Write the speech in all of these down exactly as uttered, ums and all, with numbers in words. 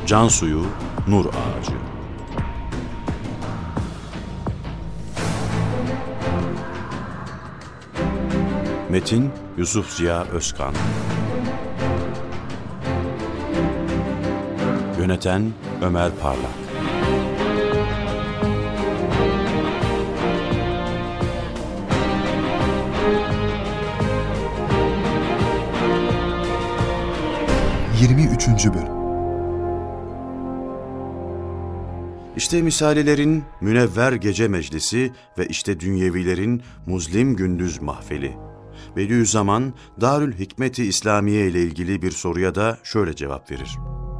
Can suyu, nur ağacı. Metin Yusuf Ziya Özkan. Yöneten Ömer Parlak. yirmi üçüncü Bölüm. İşte misalilerin münevver gece meclisi ve işte dünyevilerin muzlim gündüz mahfeli. Bediüzzaman, Darül Hikmet-i İslamiye ile ilgili bir soruya da şöyle cevap verir.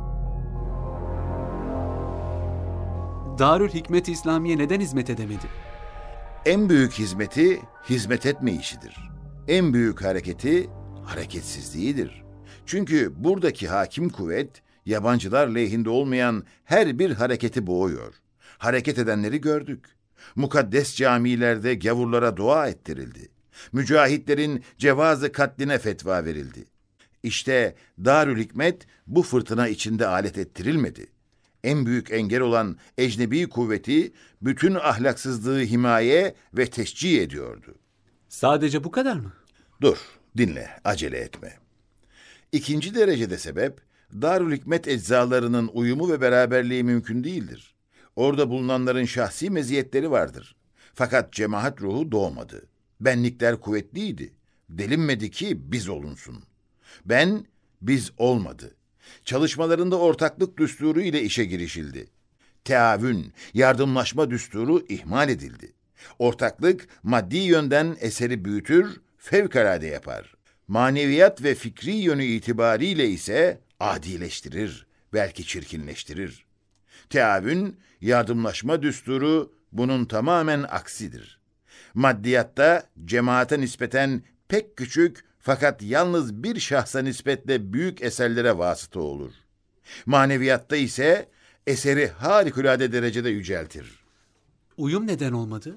Darül Hikmet-i İslamiye neden hizmet edemedi? En büyük hizmeti hizmet etme işidir. En büyük hareketi hareketsizliğidir. Çünkü buradaki hakim kuvvet, yabancılar lehinde olmayan her bir hareketi boğuyor. Hareket edenleri gördük. Mukaddes camilerde gavurlara dua ettirildi. Mücahitlerin cevazı katline fetva verildi. İşte Darül Hikmet bu fırtına içinde alet ettirilmedi. En büyük engel olan ecnebi kuvveti bütün ahlaksızlığı himaye ve teşcih ediyordu. Sadece bu kadar mı? Dur, dinle, acele etme. İkinci derecede sebep, Darül Hikmet eczalarının uyumu ve beraberliği mümkün değildir. Orada bulunanların şahsi meziyetleri vardır. Fakat cemaat ruhu doğmadı. Benlikler kuvvetliydi. Delinmedi ki biz olunsun. Ben, biz olmadı. Çalışmalarında ortaklık düsturu ile işe girişildi. Teavün, yardımlaşma düsturu ihmal edildi. Ortaklık maddi yönden eseri büyütür, fevkalade yapar. Maneviyat ve fikri yönü itibariyle ise adileştirir, belki çirkinleştirir. Teavün, yardımlaşma düsturu bunun tamamen aksidir. Maddiyatta cemaate nispeten pek küçük fakat yalnız bir şahsa nispetle büyük eserlere vasıta olur. Maneviyatta ise eseri harikulade derecede yüceltir. Uyum neden olmadı?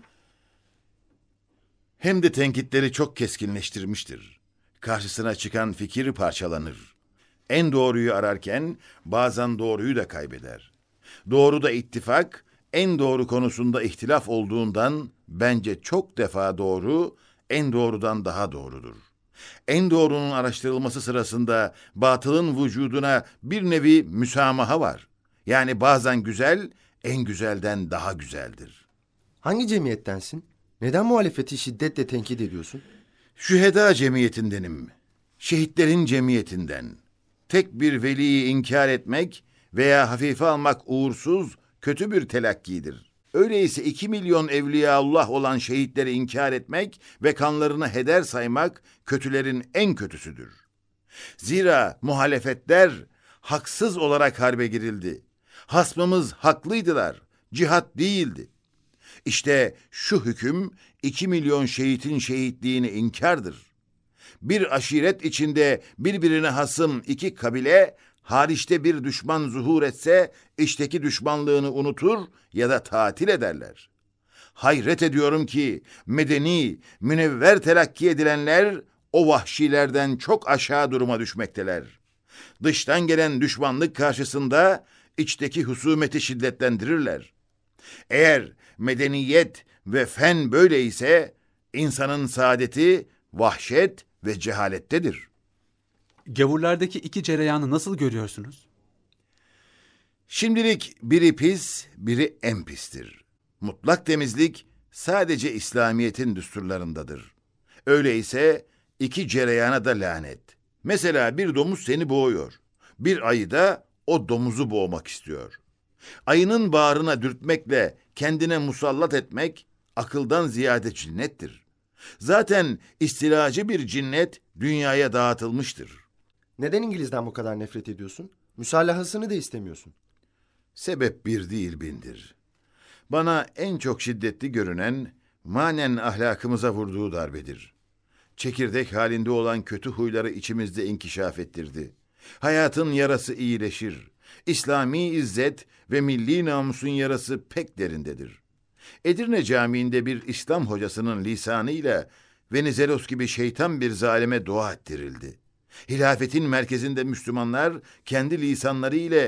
Hem de tenkitleri çok keskinleştirmiştir. Karşısına çıkan fikir parçalanır. En doğruyu ararken bazen doğruyu da kaybeder. Doğruda ittifak, en doğru konusunda ihtilaf olduğundan bence çok defa doğru, en doğrudan daha doğrudur. En doğrunun araştırılması sırasında batılın vücuduna bir nevi müsamaha var. Yani bazen güzel, en güzelden daha güzeldir. Hangi cemiyettensin? Neden muhalefeti şiddetle tenkit ediyorsun? Şüheda cemiyetindenim. Şehitlerin cemiyetinden. Tek bir veliyi inkar etmek veya hafife almak uğursuz, kötü bir telakkidir. Öyleyse iki milyon evliyaullah olan şehitleri inkar etmek ve kanlarını heder saymak kötülerin en kötüsüdür. Zira muhalefetler haksız olarak harbe girildi. Hasmımız haklıydılar, cihat değildi. İşte şu hüküm iki milyon şehitin şehitliğini inkardır. Bir aşiret içinde birbirine hasım iki kabile, hariçte bir düşman zuhur etse, içteki düşmanlığını unutur ya da tatil ederler. Hayret ediyorum ki medeni, münevver telakki edilenler o vahşilerden çok aşağı duruma düşmekteler. Dıştan gelen düşmanlık karşısında içteki husumeti şiddetlendirirler. Eğer medeniyet ve fen böyle ise insanın saadeti vahşet ve cehalettedir. Gavurlardaki iki cereyanı nasıl görüyorsunuz? Şimdilik biri pis, biri en pistir. Mutlak temizlik sadece İslamiyet'in düsturlarındadır. Öyleyse iki cereyana da lanet. Mesela bir domuz seni boğuyor. Bir ayı da o domuzu boğmak istiyor. Ayının bağrına dürtmekle kendine musallat etmek akıldan ziyade cinnettir. Zaten istilacı bir cinnet dünyaya dağıtılmıştır. Neden İngiliz'den bu kadar nefret ediyorsun? Müsalahasını da istemiyorsun. Sebep bir değil bindir. Bana en çok şiddetli görünen manen ahlakımıza vurduğu darbedir. Çekirdek halinde olan kötü huyları içimizde inkişaf ettirdi. Hayatın yarası iyileşir. İslami izzet ve milli namusun yarası pek derindedir. Edirne Camii'nde bir İslam hocasının lisanıyla Venizelos gibi şeytan bir zalime dua ettirildi. Hilafetin merkezinde Müslümanlar kendi lisanları ile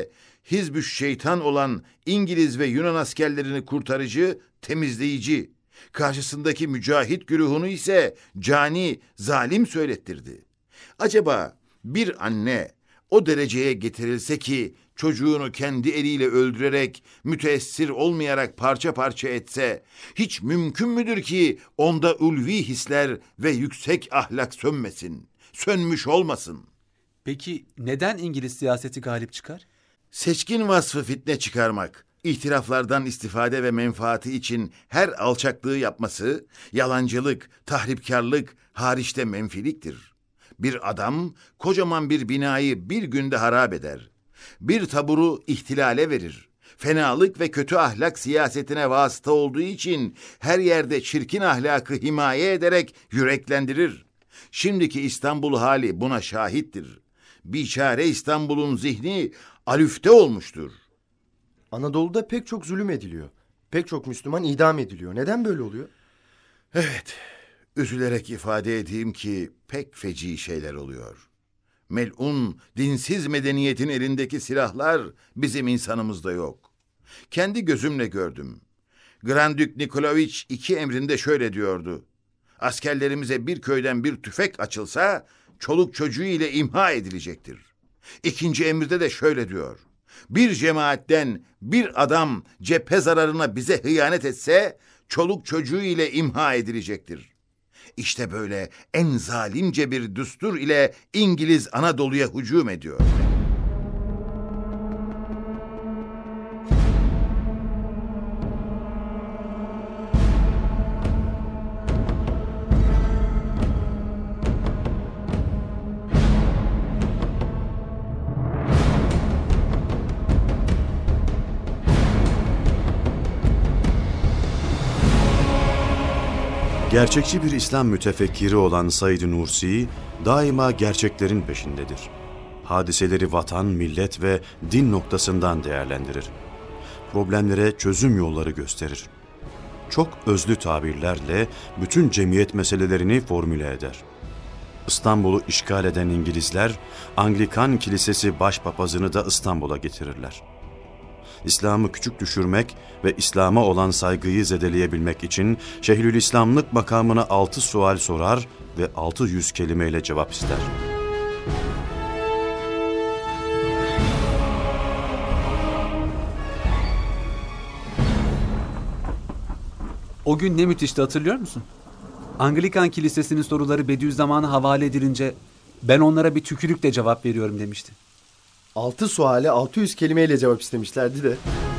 Hizbüş şeytan olan İngiliz ve Yunan askerlerini kurtarıcı, temizleyici, karşısındaki mücahit güruhunu ise cani, zalim söylettirdi. Acaba bir anne o dereceye getirilse ki çocuğunu kendi eliyle öldürerek, müteessir olmayarak parça parça etse, hiç mümkün müdür ki onda ulvi hisler ve yüksek ahlak sönmesin, sönmüş olmasın? Peki neden İngiliz siyaseti galip çıkar? Seçkin vasfı fitne çıkarmak, ihtilaflardan istifade ve menfaati için her alçaklığı yapması, yalancılık, tahripkarlık, hariçte menfiliktir. Bir adam kocaman bir binayı bir günde harap eder. Bir taburu ihtilale verir. Fenalık ve kötü ahlak siyasetine vasıta olduğu için her yerde çirkin ahlakı himaye ederek yüreklendirir. Şimdiki İstanbul hali buna şahittir. Biçare İstanbul'un zihni alüfte olmuştur. Anadolu'da pek çok zulüm ediliyor. Pek çok Müslüman idam ediliyor. Neden böyle oluyor? Evet, üzülerek ifade edeyim ki pek feci şeyler oluyor. Melun, dinsiz medeniyetin elindeki silahlar bizim insanımızda yok. Kendi gözümle gördüm. Grandük Nikolaviç iki emrinde şöyle diyordu: askerlerimize bir köyden bir tüfek açılsa çoluk çocuğu ile imha edilecektir. İkinci emirde de şöyle diyor: bir cemaatten bir adam cephe zararına bize hıyanet etse çoluk çocuğu ile imha edilecektir. İşte böyle en zalimce bir düstur ile İngiliz Anadolu'ya hücum ediyor. Gerçekçi bir İslam mütefekkiri olan Said Nursi daima gerçeklerin peşindedir. Hadiseleri vatan, millet ve din noktasından değerlendirir. Problemlere çözüm yolları gösterir. Çok özlü tabirlerle bütün cemiyet meselelerini formüle eder. İstanbul'u işgal eden İngilizler, Anglikan Kilisesi başpapazını da İstanbul'a getirirler. İslam'ı küçük düşürmek ve İslam'a olan saygıyı zedeleyebilmek için Şeyhülislamlık makamına altı sual sorar ve altı yüz kelimeyle cevap ister. O gün ne müthişti, hatırlıyor musun? Anglikan Kilisesi'nin soruları Bediüzzaman'a havale edilince ben onlara bir tükürükle cevap veriyorum demişti. Altı suale altı yüz kelimeyle cevap istemişlerdi de.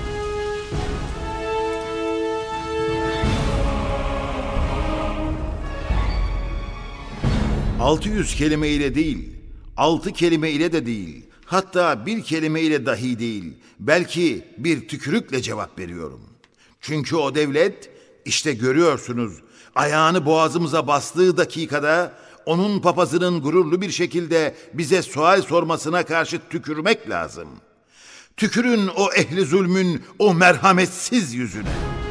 Altı yüz kelime ile değil, altı kelime ile de değil, hatta bir kelime ile dahi değil, belki bir tükürükle cevap veriyorum. Çünkü o devlet, işte görüyorsunuz, ayağını boğazımıza bastığı dakikada onun papazının gururlu bir şekilde bize sual sormasına karşı tükürmek lazım. Tükürün o ehli zulmün o merhametsiz yüzüne.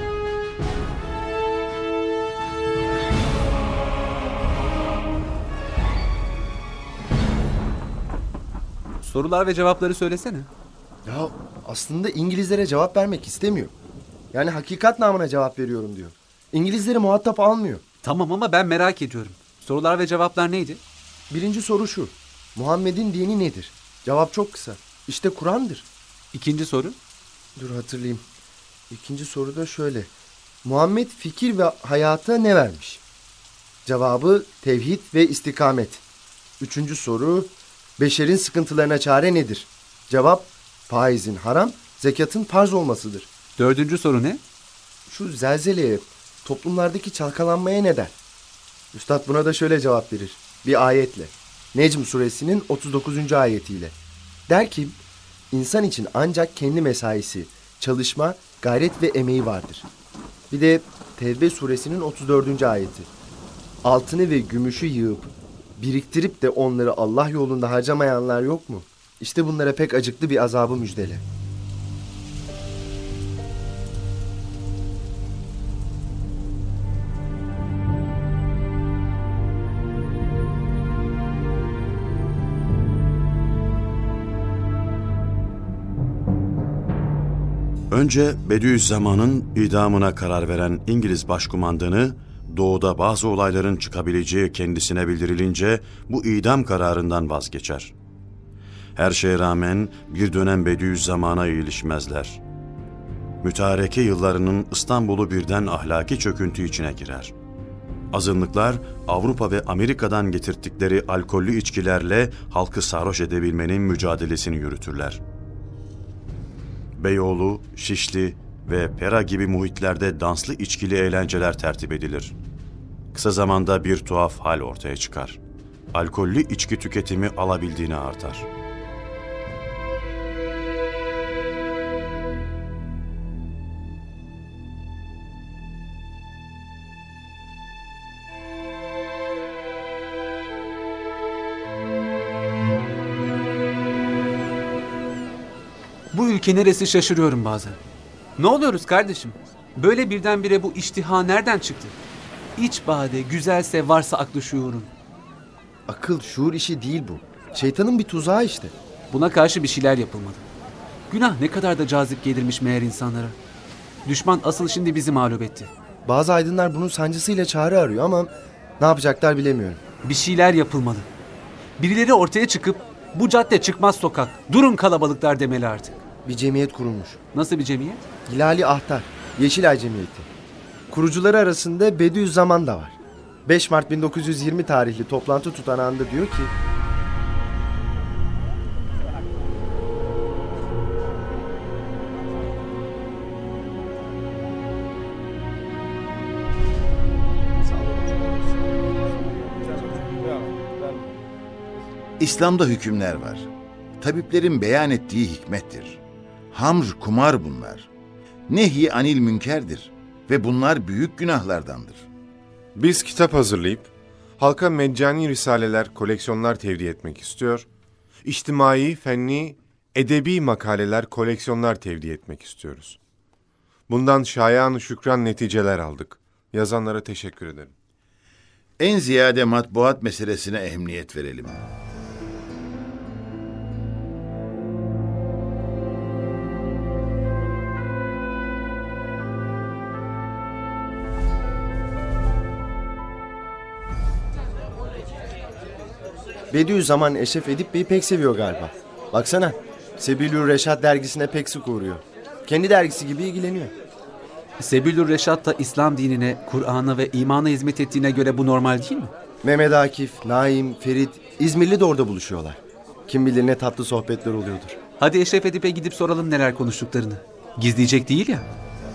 Sorular ve cevapları söylesene. Ya aslında İngilizlere cevap vermek istemiyor. Yani hakikat namına cevap veriyorum diyor. İngilizleri muhatap almıyor. Tamam ama ben merak ediyorum. Sorular ve cevaplar neydi? Birinci soru şu: Muhammed'in dini nedir? Cevap çok kısa: İşte Kur'an'dır. İkinci soru? Dur hatırlayayım. İkinci soru da şöyle: Muhammed fikir ve hayata ne vermiş? Cevabı tevhid ve istikamet. Üçüncü soru: Beşerin sıkıntılarına çare nedir? Cevap: faizin haram, zekatın farz olmasıdır. Dördüncü soru ne? Şu zelzeleye, toplumlardaki çalkalanmaya ne der? Üstad buna da şöyle cevap verir, bir ayetle. Necm suresinin otuz dokuzuncu ayetiyle. Der ki, insan için ancak kendi mesaisi, çalışma, gayret ve emeği vardır. Bir de Tevbe suresinin otuz dördüncü ayeti. Altını ve gümüşü yığıp, biriktirip de onları Allah yolunda harcamayanlar yok mu? İşte bunlara pek acıklı bir azabı müjdele. Önce Bediüzzaman'ın idamına karar veren İngiliz başkumandanı, doğuda bazı olayların çıkabileceği kendisine bildirilince bu idam kararından vazgeçer. Her şeye rağmen bir dönem Bediüzzaman'a ilişmezler. Mütareke yıllarının İstanbul'u birden ahlaki çöküntü içine girer. Azınlıklar Avrupa ve Amerika'dan getirttikleri alkollü içkilerle halkı sarhoş edebilmenin mücadelesini yürütürler. Beyoğlu, Şişli ve Pera gibi muhitlerde danslı içkili eğlenceler tertip edilir. Kısa zamanda bir tuhaf hal ortaya çıkar. Alkollü içki tüketimi alabildiğine artar. Bu ülke neresi şaşırıyorum bazen. Ne oluyoruz kardeşim? Böyle birdenbire bu iştiha nereden çıktı? İç bade, güzelse varsa aklı şuurun. Akıl, şuur işi değil bu. Şeytanın bir tuzağı işte. Buna karşı bir şeyler yapılmalı. Günah ne kadar da cazip gelirmiş meğer insanlara. Düşman asıl şimdi bizi mağlup etti. Bazı aydınlar bunun sancısıyla çare arıyor ama ne yapacaklar bilemiyorum. Bir şeyler yapılmalı. Birileri ortaya çıkıp bu cadde çıkmaz sokak, durun kalabalıklar demeli artık. Bir cemiyet kurulmuş. Nasıl bir cemiyet? Hilali Ahtar, Yeşilay Cemiyeti. Kurucuları arasında Bediüzzaman da var. beş Mart bin dokuz yüz yirmi tarihli toplantı tutanağında diyor ki... İslam'da hükümler var. Tabiplerin beyan ettiği hikmettir. Hamr, kumar bunlar. Nehy anil münkerdir ve bunlar büyük günahlardandır. Biz kitap hazırlayıp halka meccani risaleler, koleksiyonlar tevdi etmek istiyor. İçtimai, fenni, edebi makaleler, koleksiyonlar tevdi etmek istiyoruz. Bundan şayan şükran neticeler aldık. Yazanlara teşekkür ederim. En ziyade matbuat meselesine ehemmiyet verelim. Bediüzzaman Eşref Edip Bey'i pek seviyor galiba. Baksana, Sebilür Reşat dergisine pek sık uğruyor. Kendi dergisi gibi ilgileniyor. Sebilür Reşat da İslam dinine, Kur'an'a ve imana hizmet ettiğine göre bu normal değil mi? Mehmet Akif, Naim, Ferit, İzmirli de orada buluşuyorlar. Kim bilir ne tatlı sohbetler oluyordur. Hadi Eşref Edip'e gidip soralım neler konuştuklarını. Gizleyecek değil ya.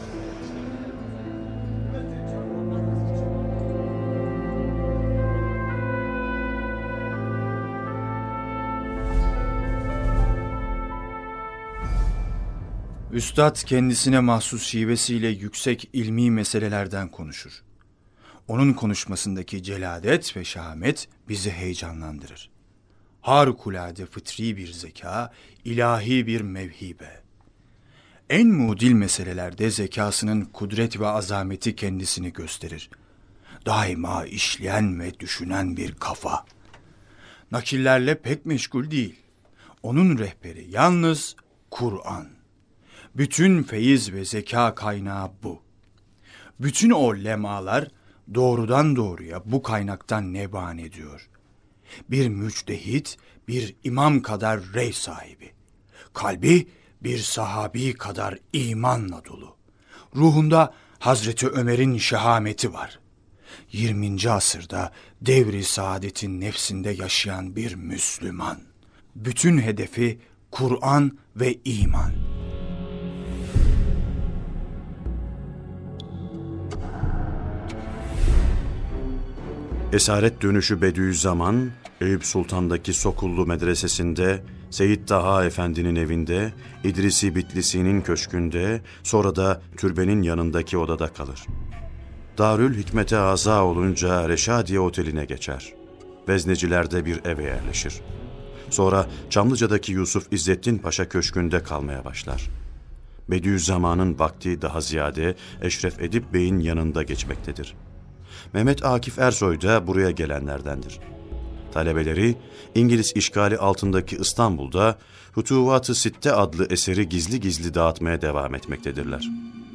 Üstad kendisine mahsus şivesiyle yüksek ilmi meselelerden konuşur. Onun konuşmasındaki celadet ve şahmet bizi heyecanlandırır. Harikulade fıtri bir zeka, ilahi bir mevhibe. En mudil meselelerde zekasının kudret ve azameti kendisini gösterir. Daima işleyen ve düşünen bir kafa. Nakillerle pek meşgul değil. Onun rehberi yalnız Kur'an. Bütün feyiz ve zeka kaynağı bu. Bütün o lemalar doğrudan doğruya bu kaynaktan neban ediyor. Bir müçtehit, bir imam kadar rey sahibi. Kalbi bir sahabi kadar imanla dolu. Ruhunda Hazreti Ömer'in şehameti var. yirminci asırda devri saadetin nefsinde yaşayan bir Müslüman. Bütün hedefi Kur'an ve iman. Esaret dönüşü Bediüzzaman, Eyüp Sultan'daki Sokullu Medresesi'nde, Seyyid Taha Efendi'nin evinde, İdrisi Bitlisi'nin köşkünde, sonra da türbenin yanındaki odada kalır. Darül Hikmet'e aza olunca Reşadiye Oteli'ne geçer. Vezneciler'de bir eve yerleşir. Sonra Çamlıca'daki Yusuf İzzettin Paşa Köşkü'nde kalmaya başlar. Bediüzzaman'ın vakti daha ziyade Eşref Edip Bey'in yanında geçmektedir. Mehmet Akif Ersoy da buraya gelenlerdendir. Talebeleri İngiliz işgali altındaki İstanbul'da Hutuvat-ı Sitte adlı eseri gizli gizli dağıtmaya devam etmektedirler.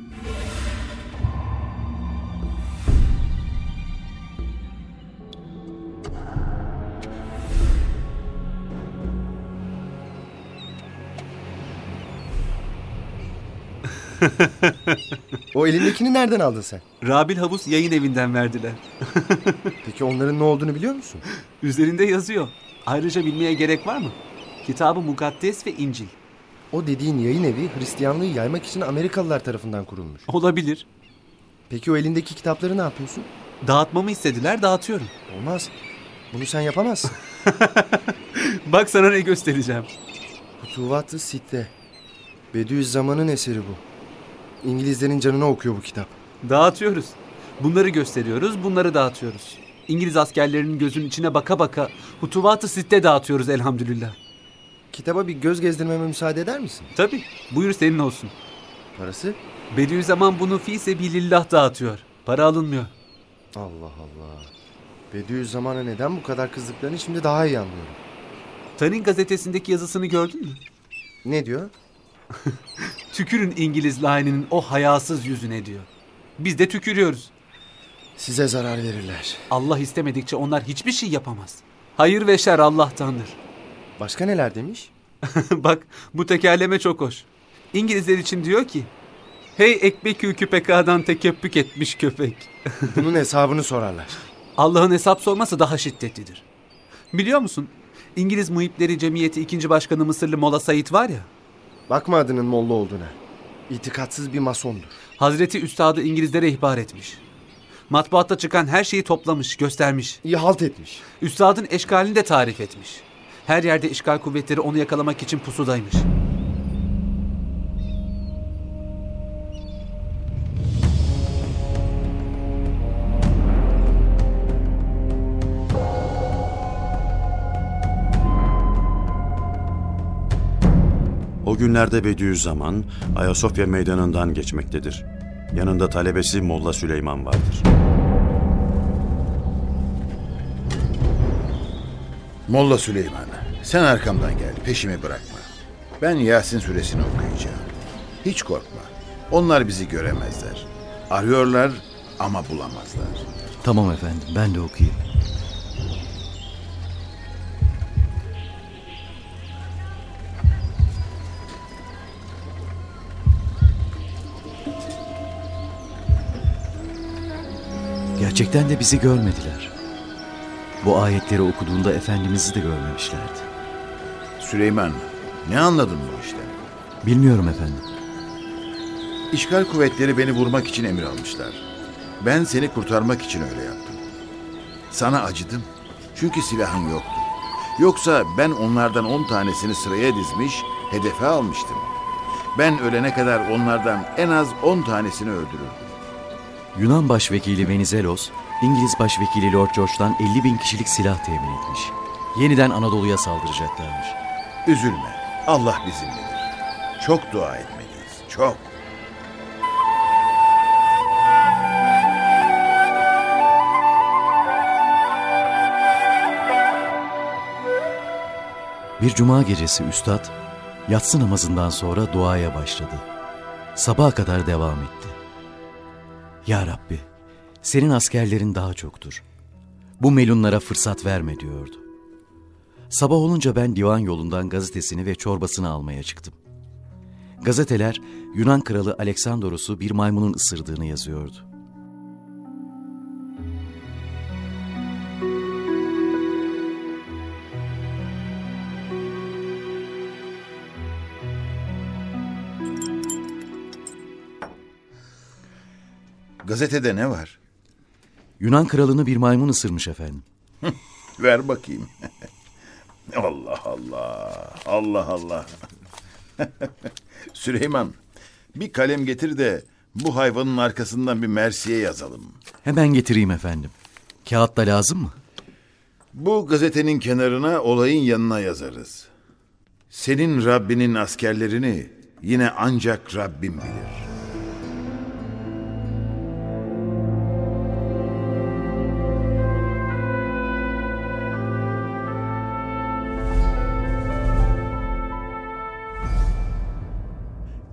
O elindekini nereden aldın sen? Rabil Havus yayın evinden verdiler. Peki onların ne olduğunu biliyor musun? Üzerinde yazıyor. Ayrıca bilmeye gerek var mı? Kitab-ı Mukaddes ve İncil. O dediğin yayın evi Hristiyanlığı yaymak için Amerikalılar tarafından kurulmuş. Olabilir. Peki o elindeki kitapları ne yapıyorsun? Dağıtmamı istediler, dağıtıyorum. Olmaz. Bunu sen yapamazsın. Bak sana ne göstereceğim. Hutuvat-ı Sitte. Bediüzzaman'ın eseri bu. İngilizlerin canına okuyor bu kitap. Dağıtıyoruz. Bunları gösteriyoruz, bunları dağıtıyoruz. İngiliz askerlerinin gözünün içine baka baka Hutuvat-ı Sitte dağıtıyoruz elhamdülillah. Kitaba bir göz gezdirmeme müsaade eder misin? Tabii, buyur senin olsun. Parası? Bediüzzaman bunu fî sebilillah dağıtıyor. Para alınmıyor. Allah Allah. Bediüzzaman'a neden bu kadar kızdıklarını şimdi daha iyi anlıyorum. Tanin gazetesindeki yazısını gördün mü? Ne diyor? Tükürün İngiliz lahininin o hayasız yüzüne diyor. Biz de tükürüyoruz. Size zarar verirler. Allah istemedikçe onlar hiçbir şey yapamaz. Hayır ve şer Allah'tandır. Başka neler demiş? Bak bu tekerleme çok hoş. İngilizler için diyor ki, hey ekbekü küpekadan tekebbük etmiş köpek. Bunun hesabını sorarlar. Allah'ın hesap sorması daha şiddetlidir. Biliyor musun? İngiliz Muhipleri Cemiyeti ikinci Başkanı Mısırlı Molla Said var ya. Bakma adının Molla olduğuna. İtikatsız bir masondur. Hazreti Üstad'ı İngilizlere ihbar etmiş. Matbaatta çıkan her şeyi toplamış, göstermiş. İyi halt etmiş. Üstadın eşkalini de tarif etmiş. Her yerde işgal kuvvetleri onu yakalamak için pusudaymış. O günlerde Bediüzzaman Ayasofya meydanından geçmektedir. Yanında talebesi Molla Süleyman vardır. Molla Süleyman, sen arkamdan gel, peşimi bırakma. Ben Yasin suresini okuyacağım. Hiç korkma, onlar bizi göremezler. Arıyorlar ama bulamazlar. Tamam efendim, ben de okuyayım. Gerçekten de bizi görmediler. Bu ayetleri okuduğunda Efendimiz'i de görmemişlerdi. Süleyman, ne anladın bu işten? Bilmiyorum efendim. İşgal kuvvetleri beni vurmak için emir almışlar. Ben seni kurtarmak için öyle yaptım. Sana acıdım. Çünkü silahın yoktu. Yoksa ben onlardan on tanesini sıraya dizmiş, hedefe almıştım. Ben ölene kadar onlardan en az on tanesini öldürürdüm. Yunan Başvekili Venizelos, İngiliz Başvekili Lord George'dan elli bin kişilik silah temin etmiş. Yeniden Anadolu'ya saldıracaklarmış. Üzülme, Allah bizimledir. Çok dua etmeliyiz, çok. Bir cuma gecesi üstad, yatsı namazından sonra duaya başladı. Sabaha kadar devam etti. Ya Rabbi, senin askerlerin daha çoktur. Bu melunlara fırsat verme diyordu. Sabah olunca ben divan yolundan gazetesini ve çorbasını almaya çıktım. Gazeteler Yunan kralı Aleksandros'u bir maymunun ısırdığını yazıyordu. Gazetede ne var? Yunan kralını bir maymun ısırmış efendim. Ver bakayım. Allah Allah, Allah Allah. Süleyman, bir kalem getir de bu hayvanın arkasından bir mersiye yazalım. Hemen getireyim efendim. Kağıt da lazım mı? Bu gazetenin kenarına olayın yanına yazarız. Senin Rabbinin askerlerini yine ancak Rabbim bilir.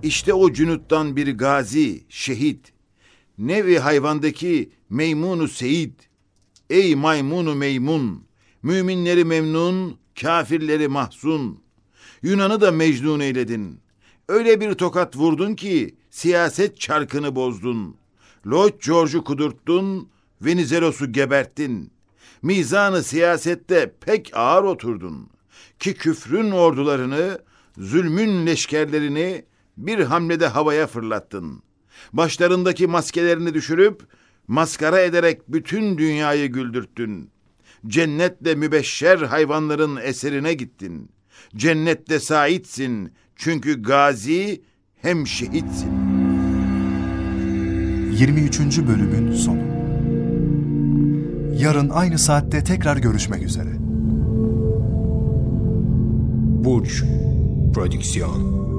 İşte o cünuttan bir gazi, şehit. Nevi hayvandaki meymunu seyit. Ey maymunu meymun, müminleri memnun, kafirleri mahzun. Yunan'ı da mecnun eyledin. Öyle bir tokat vurdun ki siyaset çarkını bozdun. Lloyd George'u kudurttun, Venizelos'u geberttin. Mizanı siyasette pek ağır oturdun. Ki küfrün ordularını, zulmün leşkerlerini bir hamlede havaya fırlattın. Başlarındaki maskelerini düşürüp maskara ederek bütün dünyayı güldürttün. Cennetle mübeşşer hayvanların eserine gittin. Cennette saitsin çünkü gazi hem şehitsin. yirmi üçüncü bölümün sonu. Yarın aynı saatte tekrar görüşmek üzere. Burç Prodüksiyon.